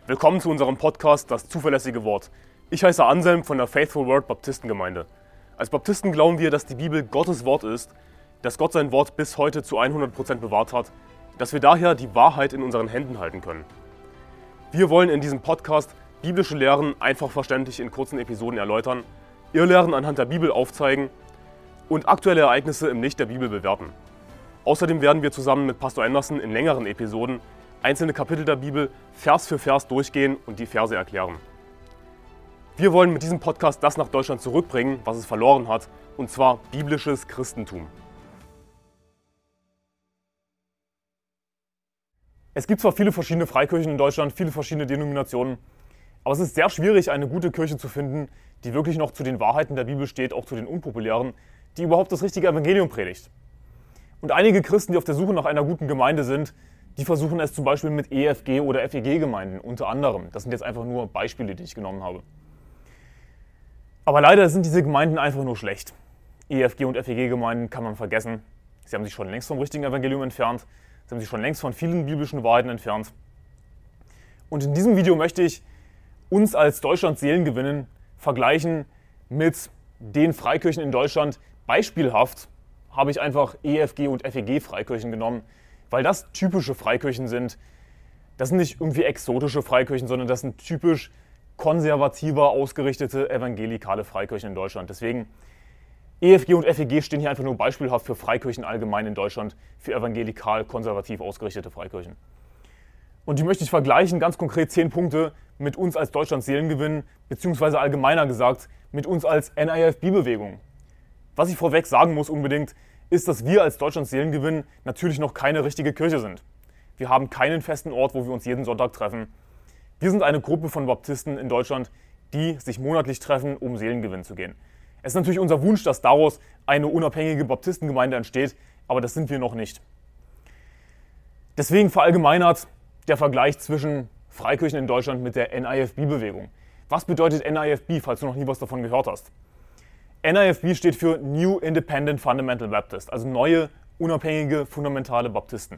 Willkommen zu unserem Podcast Das zuverlässige Wort. Ich heiße Anselm von der Faithful Word Baptistengemeinde. Als Baptisten glauben wir, dass die Bibel Gottes Wort ist, dass Gott sein Wort bis heute zu 100% bewahrt hat, dass wir daher die Wahrheit in unseren Händen halten können. Wir wollen in diesem Podcast biblische Lehren einfach verständlich in kurzen Episoden erläutern, Irrlehren anhand der Bibel aufzeigen und aktuelle Ereignisse im Licht der Bibel bewerten. Außerdem werden wir zusammen mit Pastor Anderson in längeren Episoden einzelne Kapitel der Bibel Vers für Vers durchgehen und die Verse erklären. Wir wollen mit diesem Podcast das nach Deutschland zurückbringen, was es verloren hat, und zwar biblisches Christentum. Es gibt zwar viele verschiedene Freikirchen in Deutschland, viele verschiedene Denominationen, aber es ist sehr schwierig, eine gute Kirche zu finden, die wirklich noch zu den Wahrheiten der Bibel steht, auch zu den unpopulären, die überhaupt das richtige Evangelium predigt. Und einige Christen, die auf der Suche nach einer guten Gemeinde sind, die versuchen es zum Beispiel mit EFG- oder FEG-Gemeinden, unter anderem. Das sind jetzt einfach nur Beispiele, die ich genommen habe. Aber leider sind diese Gemeinden einfach nur schlecht. EFG- und FEG-Gemeinden kann man vergessen. Sie haben sich schon längst vom richtigen Evangelium entfernt. Sie haben sich schon längst von vielen biblischen Wahrheiten entfernt. Und in diesem Video möchte ich uns als Deutschland Seelengewinnen vergleichen mit den Freikirchen in Deutschland. Beispielhaft habe ich einfach EFG- und FEG-Freikirchen genommen, weil das typische Freikirchen sind. Das sind nicht irgendwie exotische Freikirchen, sondern das sind typisch konservativer ausgerichtete evangelikale Freikirchen in Deutschland. Deswegen EFG und FEG stehen hier einfach nur beispielhaft für Freikirchen allgemein in Deutschland, für evangelikal-konservativ ausgerichtete Freikirchen. Und die möchte ich vergleichen, ganz konkret 10 Punkte mit uns als Deutschland Seelengewinn, beziehungsweise allgemeiner gesagt mit uns als NIFB-Bewegung. Was ich vorweg sagen muss unbedingt, ist, dass wir als Deutschland Seelengewinn natürlich noch keine richtige Kirche sind. Wir haben keinen festen Ort, wo wir uns jeden Sonntag treffen. Wir sind eine Gruppe von Baptisten in Deutschland, die sich monatlich treffen, um Seelengewinn zu gehen. Es ist natürlich unser Wunsch, dass daraus eine unabhängige Baptistengemeinde entsteht, aber das sind wir noch nicht. Deswegen verallgemeinert der Vergleich zwischen Freikirchen in Deutschland mit der NIFB-Bewegung. Was bedeutet NIFB, falls du noch nie was davon gehört hast? NIFB steht für New Independent Fundamental Baptist, also neue, unabhängige, fundamentale Baptisten.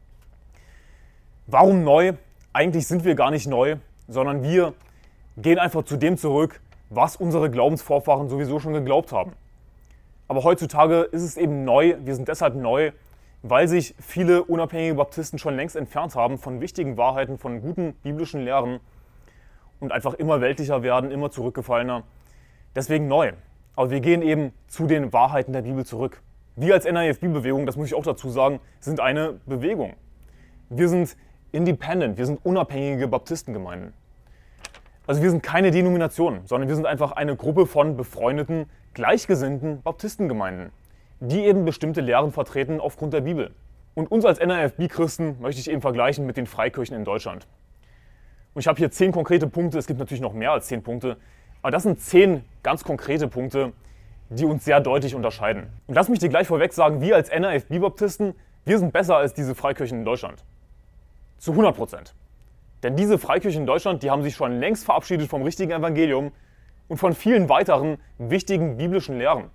Warum neu? Eigentlich sind wir gar nicht neu, sondern wir gehen einfach zu dem zurück, was unsere Glaubensvorfahren sowieso schon geglaubt haben. Aber heutzutage ist es eben neu, wir sind deshalb neu, weil sich viele unabhängige Baptisten schon längst entfernt haben von wichtigen Wahrheiten, von guten biblischen Lehren und einfach immer weltlicher werden, immer zurückgefallener. Deswegen neu. Aber wir gehen eben zu den Wahrheiten der Bibel zurück. Wir als NIFB-Bewegung, das muss ich auch dazu sagen, sind eine Bewegung. Wir sind independent, wir sind unabhängige Baptistengemeinden. Also wir sind keine Denomination, sondern wir sind einfach eine Gruppe von befreundeten, gleichgesinnten Baptistengemeinden, die eben bestimmte Lehren vertreten aufgrund der Bibel. Und uns als NIFB-Christen möchte ich eben vergleichen mit den Freikirchen in Deutschland. Und ich habe hier 10 konkrete Punkte, es gibt natürlich noch mehr als 10 Punkte, aber das sind 10 ganz konkrete Punkte, die uns sehr deutlich unterscheiden. Und lass mich dir gleich vorweg sagen, wir als NIFB-Baptisten, wir sind besser als diese Freikirchen in Deutschland. Zu 100%. Denn diese Freikirchen in Deutschland, die haben sich schon längst verabschiedet vom richtigen Evangelium und von vielen weiteren wichtigen biblischen Lehren.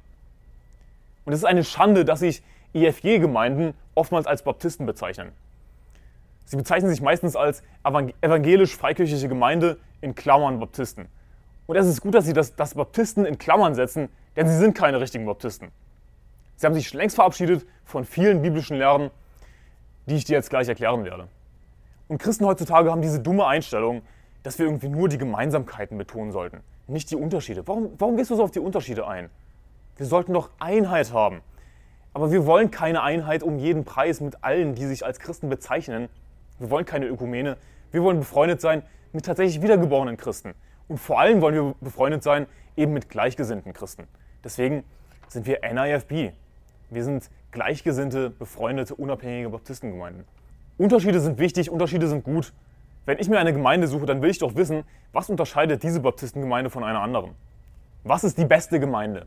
Und es ist eine Schande, dass sich EFG-Gemeinden oftmals als Baptisten bezeichnen. Sie bezeichnen sich meistens als evangelisch-freikirchliche Gemeinde in Klammern Baptisten. Und es ist gut, dass sie das Baptisten in Klammern setzen, denn sie sind keine richtigen Baptisten. Sie haben sich längst verabschiedet von vielen biblischen Lehren, die ich dir jetzt gleich erklären werde. Und Christen heutzutage haben diese dumme Einstellung, dass wir irgendwie nur die Gemeinsamkeiten betonen sollten, nicht die Unterschiede. Warum gehst du so auf die Unterschiede ein? Wir sollten doch Einheit haben. Aber wir wollen keine Einheit um jeden Preis mit allen, die sich als Christen bezeichnen. Wir wollen keine Ökumene. Wir wollen befreundet sein mit tatsächlich wiedergeborenen Christen. Und vor allem wollen wir befreundet sein eben mit gleichgesinnten Christen. Deswegen sind wir NIFB. Wir sind gleichgesinnte, befreundete, unabhängige Baptistengemeinden. Unterschiede sind wichtig, Unterschiede sind gut. Wenn ich mir eine Gemeinde suche, dann will ich doch wissen, was unterscheidet diese Baptistengemeinde von einer anderen? Was ist die beste Gemeinde?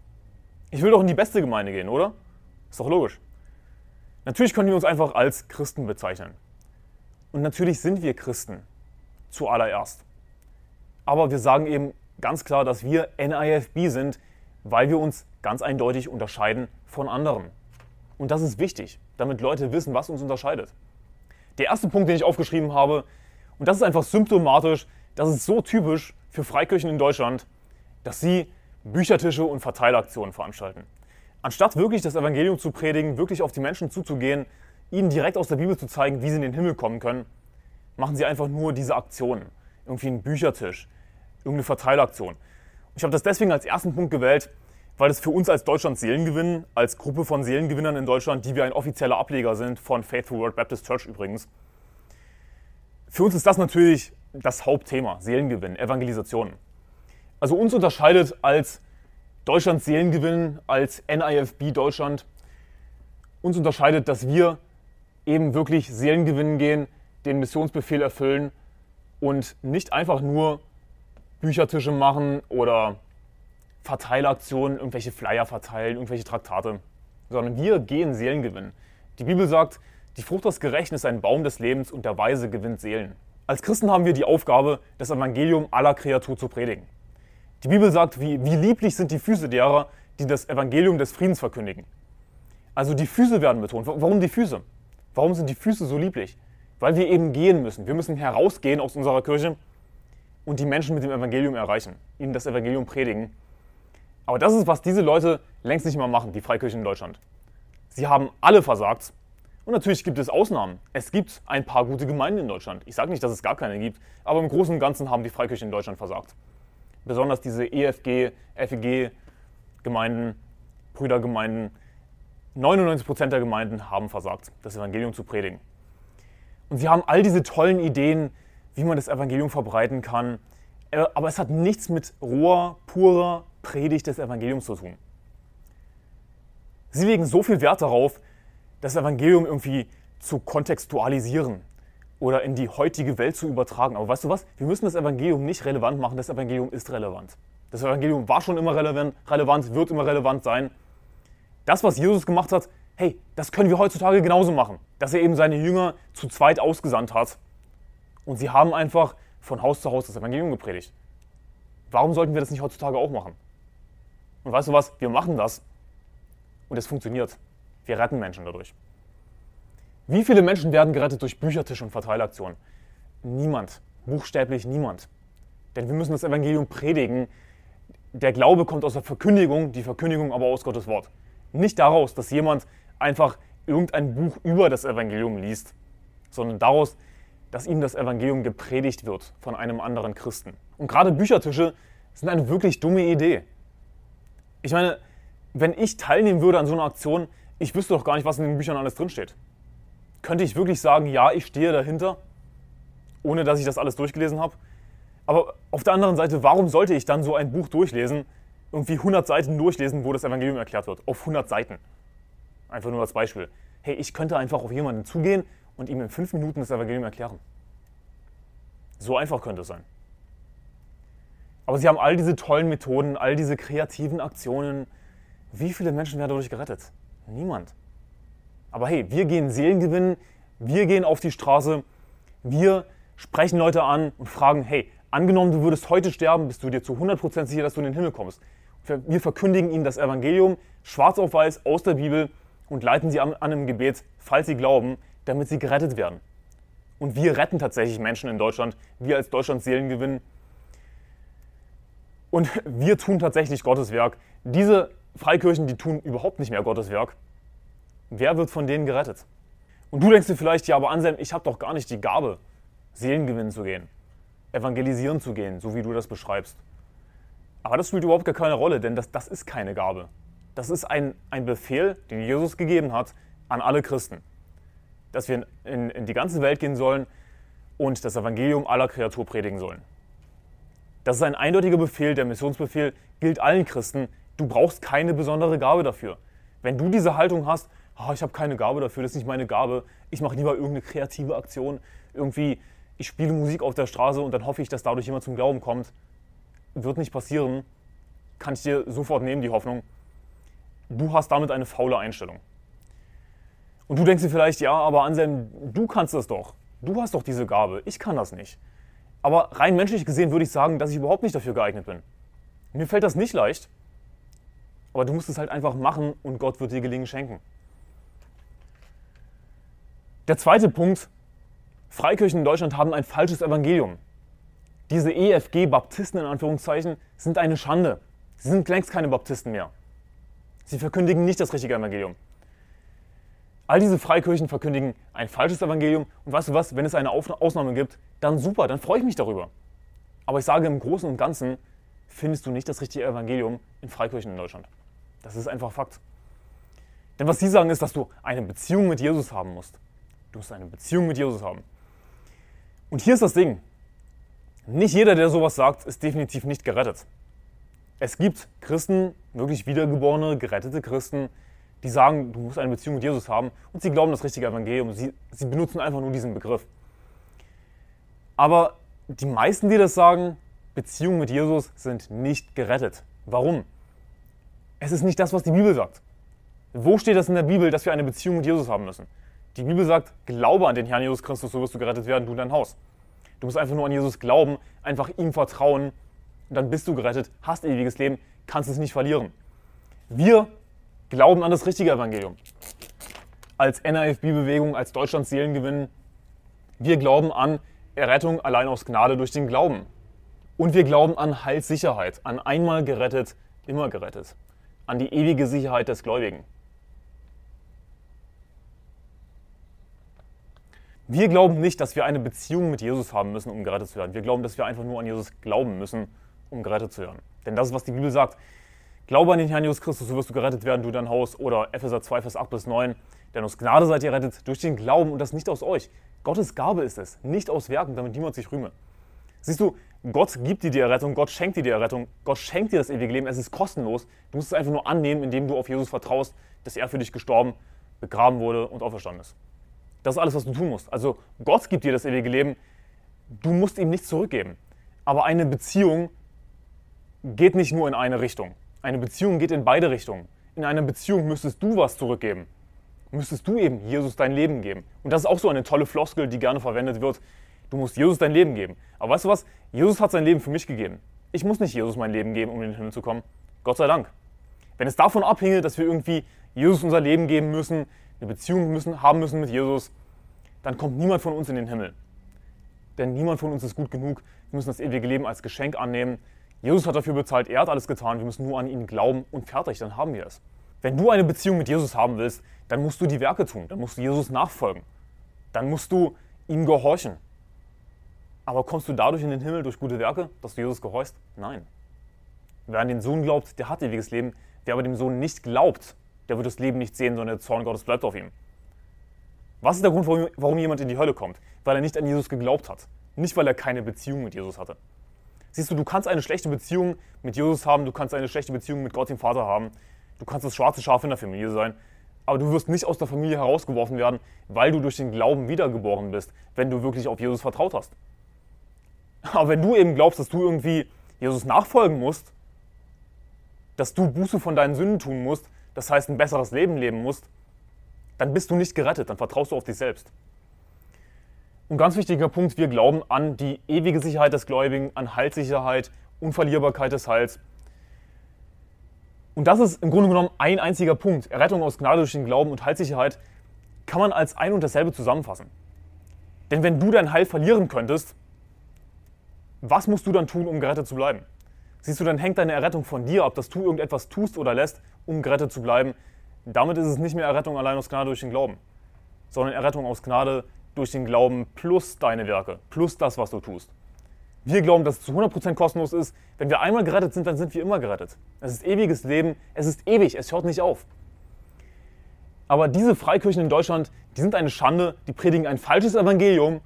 Ich will doch in die beste Gemeinde gehen, oder? Ist doch logisch. Natürlich können wir uns einfach als Christen bezeichnen. Und natürlich sind wir Christen. Zuallererst. Aber wir sagen eben ganz klar, dass wir NIFB sind, weil wir uns ganz eindeutig unterscheiden von anderen. Und das ist wichtig, damit Leute wissen, was uns unterscheidet. Der erste Punkt, den ich aufgeschrieben habe, Und das ist einfach symptomatisch, das ist so typisch für Freikirchen in Deutschland, dass sie Büchertische und Verteilaktionen veranstalten. Anstatt wirklich das Evangelium zu predigen, wirklich auf die Menschen zuzugehen, ihnen direkt aus der Bibel zu zeigen, wie sie in den Himmel kommen können, machen sie einfach nur diese Aktionen. Irgendwie einen Büchertisch, irgendeine Verteilaktion. Ich habe das deswegen als ersten Punkt gewählt, weil es für uns als Deutschland Seelengewinn, als Gruppe von Seelengewinnern in Deutschland, die wir ein offizieller Ableger sind von Faithful Word Baptist Church übrigens, für uns ist das natürlich das Hauptthema, Seelengewinn, Evangelisation. Also uns unterscheidet als Deutschland Seelengewinn, als NIFB Deutschland, uns unterscheidet, dass wir eben wirklich Seelengewinn gehen, den Missionsbefehl erfüllen und nicht einfach nur Büchertische machen oder Verteilaktionen, irgendwelche Flyer verteilen, irgendwelche Traktate, sondern wir gehen Seelengewinn. Die Bibel sagt, die Frucht des Gerechten ist ein Baum des Lebens und der Weise gewinnt Seelen. Als Christen haben wir die Aufgabe, das Evangelium aller Kreatur zu predigen. Die Bibel sagt, wie lieblich sind die Füße derer, die das Evangelium des Friedens verkündigen. Also die Füße werden betont. Warum die Füße? Warum sind die Füße so lieblich? Weil wir eben gehen müssen. Wir müssen herausgehen aus unserer Kirche und die Menschen mit dem Evangelium erreichen, ihnen das Evangelium predigen. Aber das ist, was diese Leute längst nicht mehr machen, die Freikirchen in Deutschland. Sie haben alle versagt. Und natürlich gibt es Ausnahmen. Es gibt ein paar gute Gemeinden in Deutschland. Ich sage nicht, dass es gar keine gibt, aber im Großen und Ganzen haben die Freikirchen in Deutschland versagt. Besonders diese EFG, FEG-Gemeinden, Brüdergemeinden, 99% der Gemeinden haben versagt, das Evangelium zu predigen. Und sie haben all diese tollen Ideen, wie man das Evangelium verbreiten kann, aber es hat nichts mit roher, purer Predigt des Evangeliums zu tun. Sie legen so viel Wert darauf, das Evangelium irgendwie zu kontextualisieren oder in die heutige Welt zu übertragen. Aber weißt du was? Wir müssen das Evangelium nicht relevant machen, das Evangelium ist relevant. Das Evangelium war schon immer relevant, wird immer relevant sein. Das, was Jesus gemacht hat, hey, das können wir heutzutage genauso machen. Dass er eben seine Jünger zu zweit ausgesandt hat und sie haben einfach von Haus zu Haus das Evangelium gepredigt. Warum sollten wir das nicht heutzutage auch machen? Und weißt du was? Wir machen das und es funktioniert. Wir retten Menschen dadurch. Wie viele Menschen werden gerettet durch Büchertisch und Verteilaktionen? Niemand. Buchstäblich niemand. Denn wir müssen das Evangelium predigen. Der Glaube kommt aus der Verkündigung, die Verkündigung aber aus Gottes Wort. Nicht daraus, dass jemand einfach irgendein Buch über das Evangelium liest, sondern daraus, dass ihm das Evangelium gepredigt wird von einem anderen Christen. Und gerade Büchertische sind eine wirklich dumme Idee. Ich meine, wenn ich teilnehmen würde an so einer Aktion, ich wüsste doch gar nicht, was in den Büchern alles drinsteht. Könnte ich wirklich sagen, ja, ich stehe dahinter, ohne dass ich das alles durchgelesen habe? Aber auf der anderen Seite, warum sollte ich dann so ein Buch durchlesen, irgendwie 100 Seiten durchlesen, wo das Evangelium erklärt wird? Auf 100 Seiten. Einfach nur als Beispiel. Hey, ich könnte einfach auf jemanden zugehen und ihm in 5 Minuten das Evangelium erklären. So einfach könnte es sein. Aber sie haben all diese tollen Methoden, all diese kreativen Aktionen. Wie viele Menschen werden dadurch gerettet? Niemand. Aber hey, wir gehen Seelengewinn, wir gehen auf die Straße, wir sprechen Leute an und fragen, hey, angenommen du würdest heute sterben, bist du dir zu 100% sicher, dass du in den Himmel kommst. Wir verkündigen ihnen das Evangelium schwarz auf weiß aus der Bibel und leiten sie an im Gebet, falls sie glauben, damit sie gerettet werden. Und wir retten tatsächlich Menschen in Deutschland, wir als Deutschland Seelengewinn. Und wir tun tatsächlich Gottes Werk. Diese Freikirchen, die tun überhaupt nicht mehr Gottes Werk. Wer wird von denen gerettet? Und du denkst dir vielleicht, ja, aber Anselm, ich habe doch gar nicht die Gabe, Seelengewinnen zu gehen, evangelisieren zu gehen, so wie du das beschreibst. Aber das spielt überhaupt gar keine Rolle, denn das ist keine Gabe. Das ist ein Befehl, den Jesus gegeben hat an alle Christen. Dass wir in die ganze Welt gehen sollen und das Evangelium aller Kreatur predigen sollen. Das ist ein eindeutiger Befehl, der Missionsbefehl gilt allen Christen. Du brauchst keine besondere Gabe dafür. Wenn du diese Haltung hast, ich habe keine Gabe dafür, das ist nicht meine Gabe, ich mache lieber irgendeine kreative Aktion, irgendwie, ich spiele Musik auf der Straße und dann hoffe ich, dass dadurch jemand zum Glauben kommt, wird nicht passieren, kann ich dir sofort nehmen, die Hoffnung. Du hast damit eine faule Einstellung. Und du denkst dir vielleicht, ja, aber Anselm, du kannst das doch. Du hast doch diese Gabe, ich kann das nicht. Aber rein menschlich gesehen würde ich sagen, dass ich überhaupt nicht dafür geeignet bin. Mir fällt das nicht leicht, aber du musst es halt einfach machen und Gott wird dir Gelingen schenken. Der zweite Punkt, Freikirchen in Deutschland haben ein falsches Evangelium. Diese EFG-Baptisten in Anführungszeichen sind eine Schande. Sie sind längst keine Baptisten mehr. Sie verkündigen nicht das richtige Evangelium. All diese Freikirchen verkündigen ein falsches Evangelium und weißt du was, wenn es eine Ausnahme gibt, dann super, dann freue ich mich darüber. Aber ich sage, im Großen und Ganzen findest du nicht das richtige Evangelium in Freikirchen in Deutschland. Das ist einfach Fakt. Denn was sie sagen ist, dass du eine Beziehung mit Jesus haben musst. Du musst eine Beziehung mit Jesus haben. Und hier ist das Ding. Nicht jeder, der sowas sagt, ist definitiv nicht gerettet. Es gibt Christen, wirklich wiedergeborene, gerettete Christen, die sagen, du musst eine Beziehung mit Jesus haben und sie glauben das richtige Evangelium. Sie benutzen einfach nur diesen Begriff. Aber die meisten, die das sagen, Beziehungen mit Jesus sind nicht gerettet. Warum? Es ist nicht das, was die Bibel sagt. Wo steht das in der Bibel, dass wir eine Beziehung mit Jesus haben müssen? Die Bibel sagt, glaube an den Herrn Jesus Christus, so wirst du gerettet werden, du und dein Haus. Du musst einfach nur an Jesus glauben, einfach ihm vertrauen und dann bist du gerettet, hast ewiges Leben, kannst es nicht verlieren. Wir glauben an das richtige Evangelium. Als NAFB-Bewegung, als Deutschlands Seelengewinn, wir glauben an Errettung allein aus Gnade durch den Glauben. Und wir glauben an Heilssicherheit, an einmal gerettet, immer gerettet, an die ewige Sicherheit des Gläubigen. Wir glauben nicht, dass wir eine Beziehung mit Jesus haben müssen, um gerettet zu werden. Wir glauben, dass wir einfach nur an Jesus glauben müssen, um gerettet zu werden. Denn das ist, was die Bibel sagt. Glaube an den Herrn Jesus Christus, so wirst du gerettet werden, du dein Haus. Oder Epheser 2, Vers 8 bis 9. Denn aus Gnade seid ihr rettet durch den Glauben und das nicht aus euch. Gottes Gabe ist es, nicht aus Werken, damit niemand sich rühme. Siehst du, Gott gibt dir die Errettung, Gott schenkt dir die Errettung, Gott schenkt dir das ewige Leben, es ist kostenlos. Du musst es einfach nur annehmen, indem du auf Jesus vertraust, dass er für dich gestorben, begraben wurde und auferstanden ist. Das ist alles, was du tun musst. Also Gott gibt dir das ewige Leben, du musst ihm nichts zurückgeben. Aber eine Beziehung geht nicht nur in eine Richtung. Eine Beziehung geht in beide Richtungen. In einer Beziehung müsstest du was zurückgeben. Müsstest du eben Jesus dein Leben geben. Und das ist auch so eine tolle Floskel, die gerne verwendet wird. Du musst Jesus dein Leben geben. Aber weißt du was? Jesus hat sein Leben für mich gegeben. Ich muss nicht Jesus mein Leben geben, um in den Himmel zu kommen. Gott sei Dank. Wenn es davon abhinge, dass wir irgendwie Jesus unser Leben geben müssen, eine Beziehung haben müssen mit Jesus, dann kommt niemand von uns in den Himmel. Denn niemand von uns ist gut genug. Wir müssen das ewige Leben als Geschenk annehmen. Jesus hat dafür bezahlt, er hat alles getan. Wir müssen nur an ihn glauben und fertig, dann haben wir es. Wenn du eine Beziehung mit Jesus haben willst, dann musst du die Werke tun. Dann musst du Jesus nachfolgen. Dann musst du ihm gehorchen. Aber kommst du dadurch in den Himmel durch gute Werke, dass du Jesus gehorchst? Nein. Wer an den Sohn glaubt, der hat ewiges Leben. Wer aber dem Sohn nicht glaubt, der wird das Leben nicht sehen, sondern der Zorn Gottes bleibt auf ihm. Was ist der Grund, warum jemand in die Hölle kommt? Weil er nicht an Jesus geglaubt hat. Nicht, weil er keine Beziehung mit Jesus hatte. Siehst du, du kannst eine schlechte Beziehung mit Jesus haben, du kannst eine schlechte Beziehung mit Gott, dem Vater haben, du kannst das schwarze Schaf in der Familie sein, aber du wirst nicht aus der Familie herausgeworfen werden, weil du durch den Glauben wiedergeboren bist, wenn du wirklich auf Jesus vertraut hast. Aber wenn du eben glaubst, dass du irgendwie Jesus nachfolgen musst, dass du Buße von deinen Sünden tun musst, das heißt ein besseres Leben leben musst, dann bist du nicht gerettet, dann vertraust du auf dich selbst. Und ganz wichtiger Punkt, wir glauben an die ewige Sicherheit des Gläubigen, an Heilssicherheit, Unverlierbarkeit des Heils. Und das ist im Grunde genommen ein einziger Punkt. Errettung aus Gnade durch den Glauben und Heilssicherheit kann man als ein und dasselbe zusammenfassen. Denn wenn du dein Heil verlieren könntest, was musst du dann tun, um gerettet zu bleiben? Siehst du, dann hängt deine Errettung von dir ab, dass du irgendetwas tust oder lässt, um gerettet zu bleiben. Damit ist es nicht mehr Errettung allein aus Gnade durch den Glauben, sondern Errettung aus Gnade durch den Glauben plus deine Werke, plus das, was du tust. Wir glauben, dass es zu 100% kostenlos ist. Wenn wir einmal gerettet sind, dann sind wir immer gerettet. Es ist ewiges Leben, es ist ewig, es hört nicht auf. Aber diese Freikirchen in Deutschland, die sind eine Schande, die predigen ein falsches Evangelium.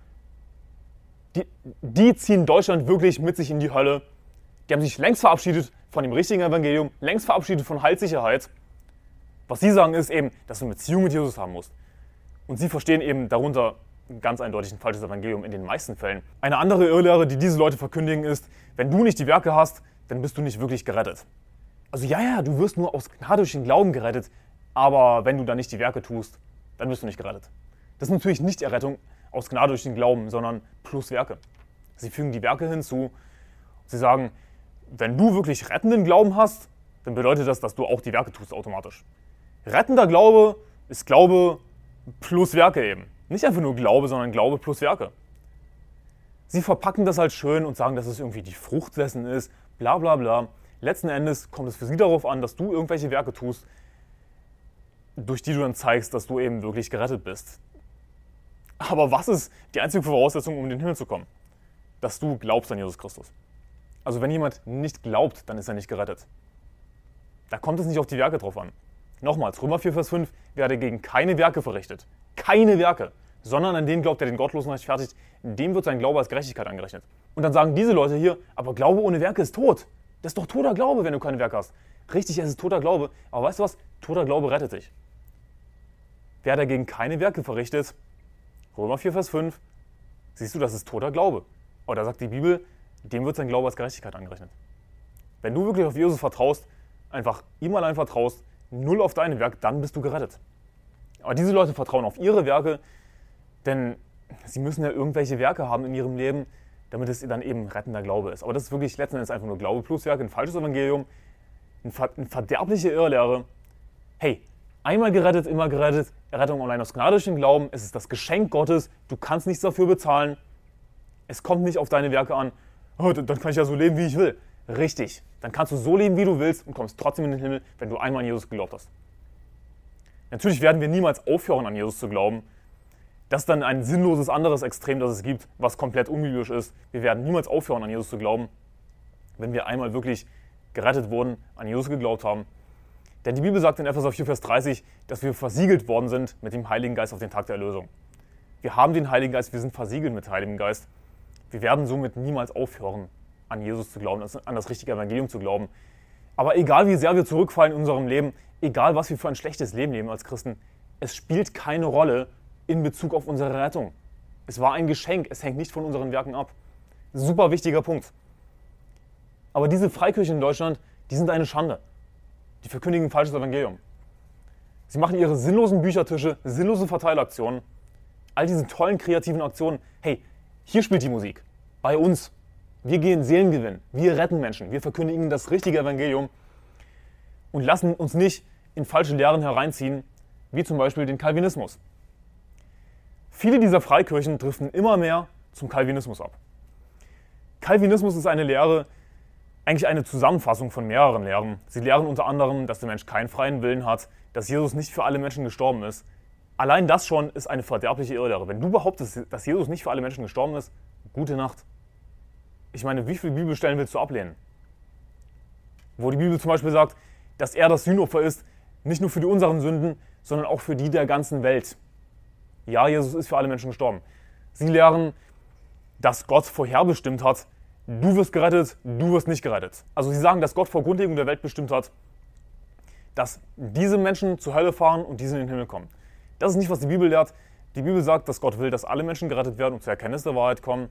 Die ziehen Deutschland wirklich mit sich in die Hölle. Die haben sich längst verabschiedet von dem richtigen Evangelium, längst verabschiedet von Heilssicherheit. Was sie sagen ist eben, dass du eine Beziehung mit Jesus haben musst. Und sie verstehen eben darunter ganz eindeutig ein falsches Evangelium in den meisten Fällen. Eine andere Irrlehre, die diese Leute verkündigen, ist, wenn du nicht die Werke hast, dann bist du nicht wirklich gerettet. Also ja, du wirst nur aus Gnade durch den Glauben gerettet, aber wenn du dann nicht die Werke tust, dann wirst du nicht gerettet. Das ist natürlich nicht Errettung aus Gnade durch den Glauben, sondern plus Werke. Sie fügen die Werke hinzu. Sie sagen, wenn du wirklich rettenden Glauben hast, dann bedeutet das, dass du auch die Werke tust automatisch. Rettender Glaube ist Glaube plus Werke eben. Nicht einfach nur Glaube, sondern Glaube plus Werke. Sie verpacken das halt schön und sagen, dass es irgendwie die Frucht dessen ist, bla bla bla. Letzten Endes kommt es für sie darauf an, dass du irgendwelche Werke tust, durch die du dann zeigst, dass du eben wirklich gerettet bist. Aber was ist die einzige Voraussetzung, um in den Himmel zu kommen? Dass du glaubst an Jesus Christus. Also wenn jemand nicht glaubt, dann ist er nicht gerettet. Da kommt es nicht auf die Werke drauf an. Nochmals, Römer 4, Vers 5, wer dagegen keine Werke verrichtet, keine Werke, sondern an den glaubt, der den Gottlosen rechtfertigt, dem wird sein Glaube als Gerechtigkeit angerechnet. Und dann sagen diese Leute hier, aber Glaube ohne Werke ist tot. Das ist doch toter Glaube, wenn du keine Werke hast. Richtig, es ist toter Glaube, aber weißt du was? Toter Glaube rettet dich. Wer dagegen keine Werke verrichtet, Römer 4, Vers 5, siehst du, das ist toter Glaube. Aber da sagt die Bibel, dem wird sein Glaube als Gerechtigkeit angerechnet. Wenn du wirklich auf Jesus vertraust, einfach ihm allein vertraust, null auf deine Werke, dann bist du gerettet. Aber diese Leute vertrauen auf ihre Werke, denn sie müssen ja irgendwelche Werke haben in ihrem Leben, damit es dann eben rettender Glaube ist. Aber das ist wirklich letzten Endes einfach nur Glaube plus Werke, ein falsches Evangelium, eine verderbliche Irrlehre. Hey, einmal gerettet, immer gerettet, Errettung allein aus Gnade durch den Glauben, es ist das Geschenk Gottes, du kannst nichts dafür bezahlen, es kommt nicht auf deine Werke an, oh, dann kann ich ja so leben, wie ich will. Richtig, dann kannst du so leben, wie du willst und kommst trotzdem in den Himmel, wenn du einmal an Jesus geglaubt hast. Natürlich werden wir niemals aufhören, an Jesus zu glauben. Das ist dann ein sinnloses anderes Extrem, das es gibt, was komplett unbiblisch ist. Wir werden niemals aufhören, an Jesus zu glauben, wenn wir einmal wirklich gerettet wurden, an Jesus geglaubt haben. Denn die Bibel sagt in Epheser 4, Vers 30, dass wir versiegelt worden sind mit dem Heiligen Geist auf den Tag der Erlösung. Wir haben den Heiligen Geist, wir sind versiegelt mit dem Heiligen Geist. Wir werden somit niemals aufhören, an Jesus zu glauben, an das richtige Evangelium zu glauben. Aber egal wie sehr wir zurückfallen in unserem Leben, egal was wir für ein schlechtes Leben leben als Christen, es spielt keine Rolle in Bezug auf unsere Rettung. Es war ein Geschenk, es hängt nicht von unseren Werken ab. Super wichtiger Punkt. Aber diese Freikirchen in Deutschland, die sind eine Schande. Die verkündigen ein falsches Evangelium. Sie machen ihre sinnlosen Büchertische, sinnlose Verteilaktionen, all diese tollen kreativen Aktionen. Hey, hier spielt die Musik. Bei uns. Wir gehen Seelengewinn. Wir retten Menschen. Wir verkündigen das richtige Evangelium und lassen uns nicht in falsche Lehren hereinziehen, wie zum Beispiel den Calvinismus. Viele dieser Freikirchen driften immer mehr zum Calvinismus ab. Calvinismus ist eine Lehre, eigentlich eine Zusammenfassung von mehreren Lehren. Sie lehren unter anderem, dass der Mensch keinen freien Willen hat, dass Jesus nicht für alle Menschen gestorben ist. Allein das schon ist eine verderbliche Irrlehre. Wenn du behauptest, dass Jesus nicht für alle Menschen gestorben ist, gute Nacht. Ich meine, wie viele Bibelstellen willst du ablehnen? Wo die Bibel zum Beispiel sagt, dass er das Sühnopfer ist, nicht nur für die unseren Sünden, sondern auch für die der ganzen Welt. Ja, Jesus ist für alle Menschen gestorben. Sie lehren, dass Gott vorherbestimmt hat, du wirst gerettet, du wirst nicht gerettet. Also sie sagen, dass Gott vor Grundlegung der Welt bestimmt hat, dass diese Menschen zur Hölle fahren und diese in den Himmel kommen. Das ist nicht, was die Bibel lehrt. Die Bibel sagt, dass Gott will, dass alle Menschen gerettet werden und zur Erkenntnis der Wahrheit kommen.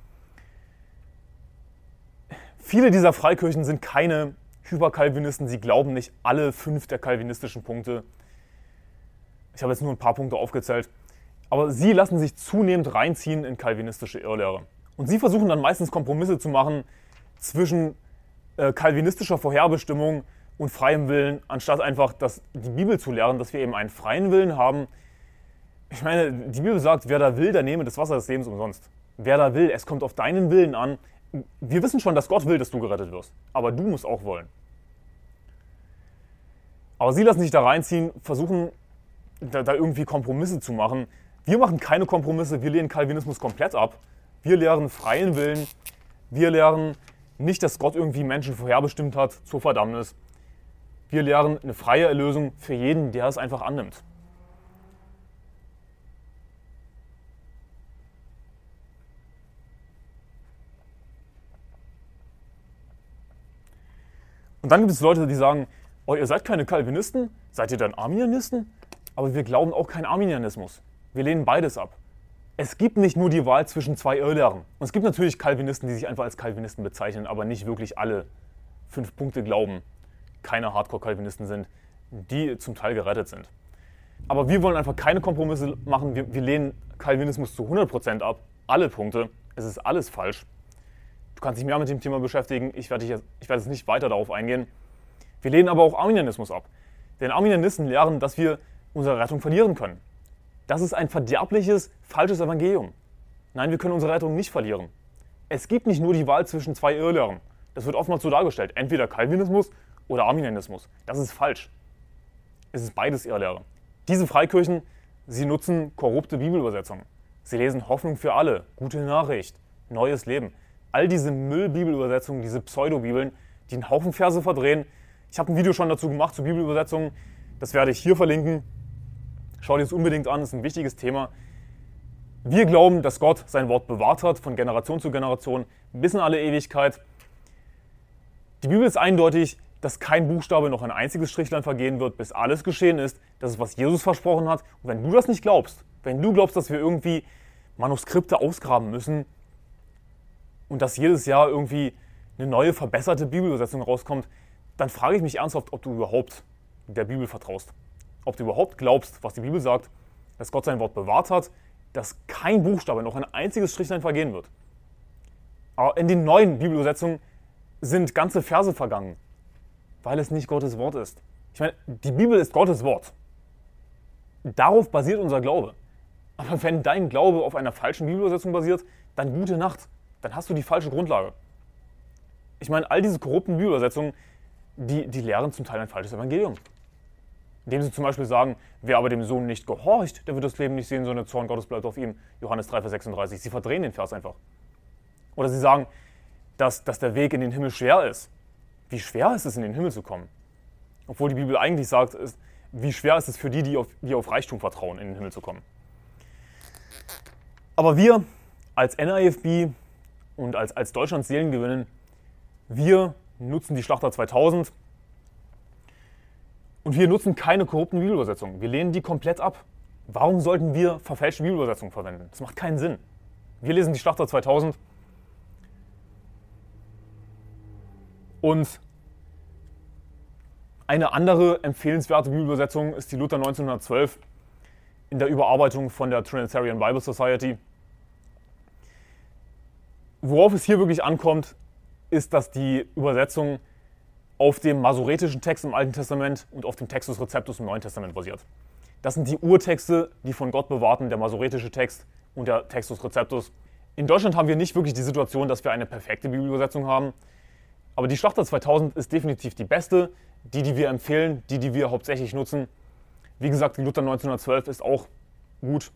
Viele dieser Freikirchen sind keine Hyperkalvinisten. Sie glauben nicht alle 5 der kalvinistischen Punkte. Ich habe jetzt nur ein paar Punkte aufgezählt. Aber sie lassen sich zunehmend reinziehen in kalvinistische Irrlehre. Und sie versuchen dann meistens Kompromisse zu machen zwischen kalvinistischer Vorherbestimmung und freiem Willen, anstatt einfach die Bibel zu lehren, dass wir eben einen freien Willen haben. Ich meine, die Bibel sagt, wer da will, der nehme das Wasser des Lebens umsonst. Wer da will, es kommt auf deinen Willen an. Wir wissen schon, dass Gott will, dass du gerettet wirst. Aber du musst auch wollen. Aber sie lassen sich da reinziehen, versuchen da irgendwie Kompromisse zu machen. Wir machen keine Kompromisse, wir lehnen Calvinismus komplett ab. Wir lehren freien Willen. Wir lehren nicht, dass Gott irgendwie Menschen vorherbestimmt hat zur Verdammnis. Wir lehren eine freie Erlösung für jeden, der es einfach annimmt. Und dann gibt es Leute, die sagen, oh, ihr seid keine Calvinisten, seid ihr dann Arminianisten? Aber wir glauben auch keinen Arminianismus. Wir lehnen beides ab. Es gibt nicht nur die Wahl zwischen 2 Irrlehren. Und es gibt natürlich Calvinisten, die sich einfach als Calvinisten bezeichnen, aber nicht wirklich alle 5 Punkte glauben, keine Hardcore-Calvinisten sind, die zum Teil gerettet sind. Aber wir wollen einfach keine Kompromisse machen. Wir lehnen Calvinismus zu 100% ab. Alle Punkte. Es ist alles falsch. Du kannst dich mehr mit dem Thema beschäftigen. Ich werde jetzt nicht weiter darauf eingehen. Wir lehnen aber auch Arminianismus ab. Denn Arminianisten lehren, dass wir unsere Rettung verlieren können. Das ist ein verderbliches, falsches Evangelium. Nein, wir können unsere Rettung nicht verlieren. Es gibt nicht nur die Wahl zwischen zwei Irrlehren. Das wird oftmals so dargestellt. Entweder Calvinismus oder Arminianismus. Das ist falsch. Es ist beides Irrlehre. Diese Freikirchen, sie nutzen korrupte Bibelübersetzungen. Sie lesen Hoffnung für alle, gute Nachricht, neues Leben. All diese Müll-Bibelübersetzungen, diese Pseudobibeln, die einen Haufen Verse verdrehen. Ich habe ein Video schon dazu gemacht, zu Bibelübersetzungen. Das werde ich hier verlinken. Schau dir es unbedingt an, das ist ein wichtiges Thema. Wir glauben, dass Gott sein Wort bewahrt hat, von Generation zu Generation, bis in alle Ewigkeit. Die Bibel ist eindeutig, dass kein Buchstabe noch ein einziges Strichlein vergehen wird, bis alles geschehen ist. Das ist, was Jesus versprochen hat. Und wenn du das nicht glaubst, wenn du glaubst, dass wir irgendwie Manuskripte ausgraben müssen und dass jedes Jahr irgendwie eine neue, verbesserte Bibelübersetzung rauskommt, dann frage ich mich ernsthaft, ob du überhaupt der Bibel vertraust. Ob du überhaupt glaubst, was die Bibel sagt, dass Gott sein Wort bewahrt hat, dass kein Buchstabe noch ein einziges Strichlein vergehen wird. Aber in den neuen Bibelübersetzungen sind ganze Verse vergangen, weil es nicht Gottes Wort ist. Ich meine, die Bibel ist Gottes Wort. Darauf basiert unser Glaube. Aber wenn dein Glaube auf einer falschen Bibelübersetzung basiert, dann gute Nacht. Dann hast du die falsche Grundlage. Ich meine, all diese korrupten Bibelübersetzungen, die lehren zum Teil ein falsches Evangelium. Indem sie zum Beispiel sagen, wer aber dem Sohn nicht gehorcht, der wird das Leben nicht sehen, sondern der Zorn Gottes bleibt auf ihm. Johannes 3, Vers 36. Sie verdrehen den Vers einfach. Oder sie sagen, dass der Weg in den Himmel schwer ist. Wie schwer ist es, in den Himmel zu kommen? Obwohl die Bibel eigentlich sagt, wie schwer ist es für die auf Reichtum vertrauen, in den Himmel zu kommen. Aber wir als NAFB und als Deutschlands Seelengewinnen, wir nutzen die Schlachter 2000 und wir nutzen keine korrupten Bibelübersetzungen. Wir lehnen die komplett ab. Warum sollten wir verfälschte Bibelübersetzungen verwenden? Das macht keinen Sinn. Wir lesen die Schlachter 2000 und eine andere empfehlenswerte Bibelübersetzung ist die Luther 1912 in der Überarbeitung von der Trinitarian Bible Society. Worauf es hier wirklich ankommt, ist, dass die Übersetzung auf dem masoretischen Text im Alten Testament und auf dem Textus Receptus im Neuen Testament basiert. Das sind die Urtexte, die von Gott bewahrten, der masoretische Text und der Textus Receptus. In Deutschland haben wir nicht wirklich die Situation, dass wir eine perfekte Bibelübersetzung haben, aber die Schlachter 2000 ist definitiv die beste, die wir empfehlen, die wir hauptsächlich nutzen. Wie gesagt, die Luther 1912 ist auch gut.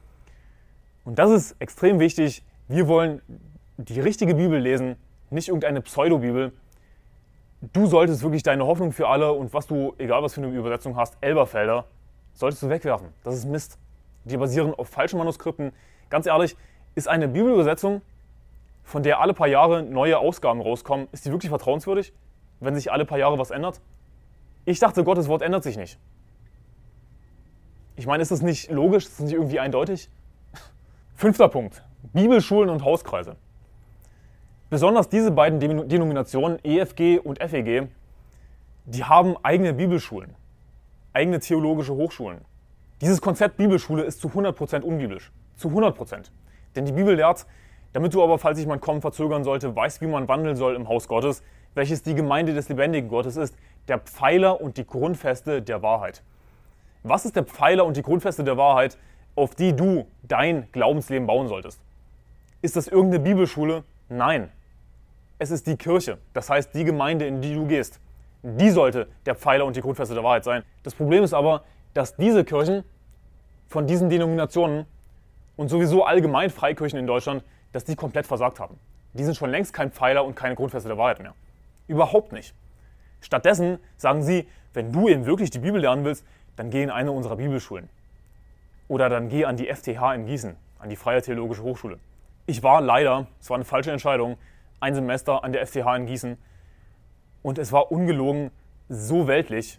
Und das ist extrem wichtig. Wir wollen die richtige Bibel lesen, nicht irgendeine Pseudobibel. Du solltest wirklich deine Hoffnung für alle und was du, egal was für eine Übersetzung hast, Elberfelder, solltest du wegwerfen. Das ist Mist. Die basieren auf falschen Manuskripten. Ganz ehrlich, ist eine Bibelübersetzung, von der alle paar Jahre neue Ausgaben rauskommen, ist die wirklich vertrauenswürdig, wenn sich alle paar Jahre was ändert? Ich dachte, Gottes Wort ändert sich nicht. Ich meine, ist das nicht logisch? Ist das nicht irgendwie eindeutig? 5. Punkt. Bibelschulen und Hauskreise. Besonders diese beiden Denominationen, EFG und FEG, die haben eigene Bibelschulen, eigene theologische Hochschulen. Dieses Konzept Bibelschule ist zu 100% unbiblisch. Zu 100%. Denn die Bibel lehrt, damit du aber, falls sich mein Kommen verzögern sollte, weißt, wie man wandeln soll im Haus Gottes, welches die Gemeinde des lebendigen Gottes ist, der Pfeiler und die Grundfeste der Wahrheit. Was ist der Pfeiler und die Grundfeste der Wahrheit, auf die du dein Glaubensleben bauen solltest? Ist das irgendeine Bibelschule? Nein. Es ist die Kirche, das heißt die Gemeinde, in die du gehst. Die sollte der Pfeiler und die Grundfeste der Wahrheit sein. Das Problem ist aber, dass diese Kirchen von diesen Denominationen und sowieso allgemein Freikirchen in Deutschland, dass die komplett versagt haben. Die sind schon längst kein Pfeiler und keine Grundfeste der Wahrheit mehr. Überhaupt nicht. Stattdessen sagen sie, wenn du eben wirklich die Bibel lernen willst, dann geh in eine unserer Bibelschulen. Oder dann geh an die FTH in Gießen, an die Freie Theologische Hochschule. Ich war leider, es war eine falsche Entscheidung, ein Semester an der FTH in Gießen und es war ungelogen so weltlich.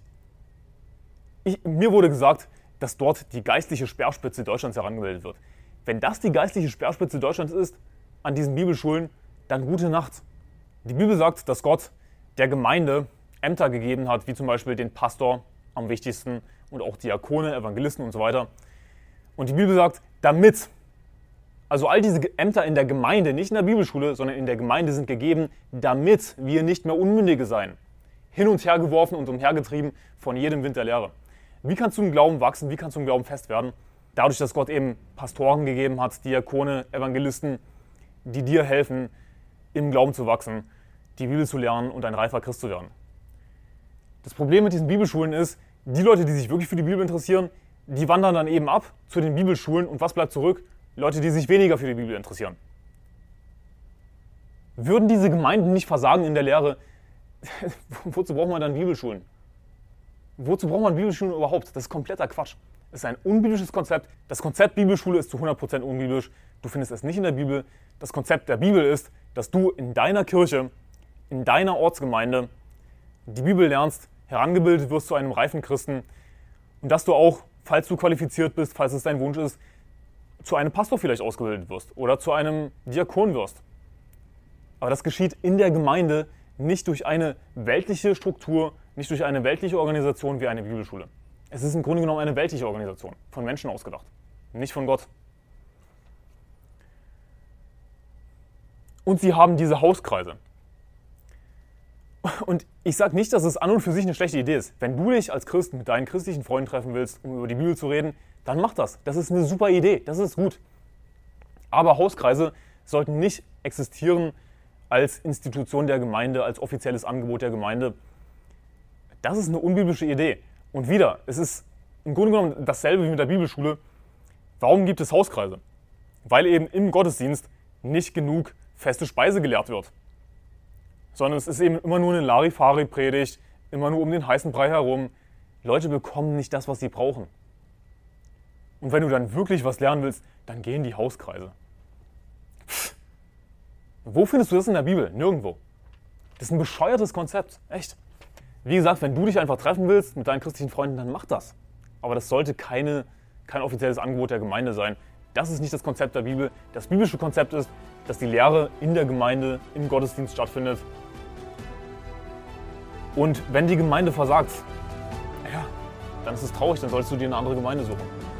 Mir wurde gesagt, dass dort die geistliche Speerspitze Deutschlands herangebildet wird. Wenn das die geistliche Speerspitze Deutschlands ist, an diesen Bibelschulen, dann gute Nacht. Die Bibel sagt, dass Gott der Gemeinde Ämter gegeben hat, wie zum Beispiel den Pastor am wichtigsten und auch Diakone, Evangelisten und so weiter. Und die Bibel sagt, damit, also all diese Ämter in der Gemeinde, nicht in der Bibelschule, sondern in der Gemeinde sind gegeben, damit wir nicht mehr Unmündige seien. Hin und her geworfen und umhergetrieben von jedem Wind der Lehre. Wie kannst du im Glauben wachsen? Wie kannst du im Glauben fest werden? Dadurch, dass Gott eben Pastoren gegeben hat, Diakone, Evangelisten, die dir helfen, im Glauben zu wachsen, die Bibel zu lernen und ein reifer Christ zu werden. Das Problem mit diesen Bibelschulen ist, die Leute, die sich wirklich für die Bibel interessieren, die wandern dann eben ab zu den Bibelschulen und was bleibt zurück? Leute, die sich weniger für die Bibel interessieren. Würden diese Gemeinden nicht versagen in der Lehre, wozu braucht man dann Bibelschulen? Wozu braucht man Bibelschulen überhaupt? Das ist kompletter Quatsch. Es ist ein unbiblisches Konzept. Das Konzept Bibelschule ist zu 100% unbiblisch. Du findest es nicht in der Bibel. Das Konzept der Bibel ist, dass du in deiner Kirche, in deiner Ortsgemeinde die Bibel lernst, herangebildet wirst zu einem reifen Christen und dass du auch, falls du qualifiziert bist, falls es dein Wunsch ist, zu einem Pastor vielleicht ausgebildet wirst oder zu einem Diakon wirst. Aber das geschieht in der Gemeinde, nicht durch eine weltliche Struktur, nicht durch eine weltliche Organisation wie eine Bibelschule. Es ist im Grunde genommen eine weltliche Organisation, von Menschen ausgedacht, nicht von Gott. Und sie haben diese Hauskreise. Und ich sage nicht, dass es an und für sich eine schlechte Idee ist. Wenn du dich als Christ mit deinen christlichen Freunden treffen willst, um über die Bibel zu reden, dann mach das. Das ist eine super Idee, das ist gut. Aber Hauskreise sollten nicht existieren als Institution der Gemeinde, als offizielles Angebot der Gemeinde. Das ist eine unbiblische Idee. Und wieder, es ist im Grunde genommen dasselbe wie mit der Bibelschule. Warum gibt es Hauskreise? Weil eben im Gottesdienst nicht genug feste Speise gelehrt wird. Sondern es ist eben immer nur eine Larifari-Predigt, immer nur um den heißen Brei herum. Leute bekommen nicht das, was sie brauchen. Und wenn du dann wirklich was lernen willst, dann geh in die Hauskreise. Pff. Wo findest du das in der Bibel? Nirgendwo. Das ist ein bescheuertes Konzept, echt. Wie gesagt, wenn du dich einfach treffen willst mit deinen christlichen Freunden, dann mach das. Aber das sollte kein offizielles Angebot der Gemeinde sein. Das ist nicht das Konzept der Bibel. Das biblische Konzept ist, dass die Lehre in der Gemeinde, im Gottesdienst stattfindet. Und wenn die Gemeinde versagt, ja, dann ist es traurig, dann solltest du dir eine andere Gemeinde suchen.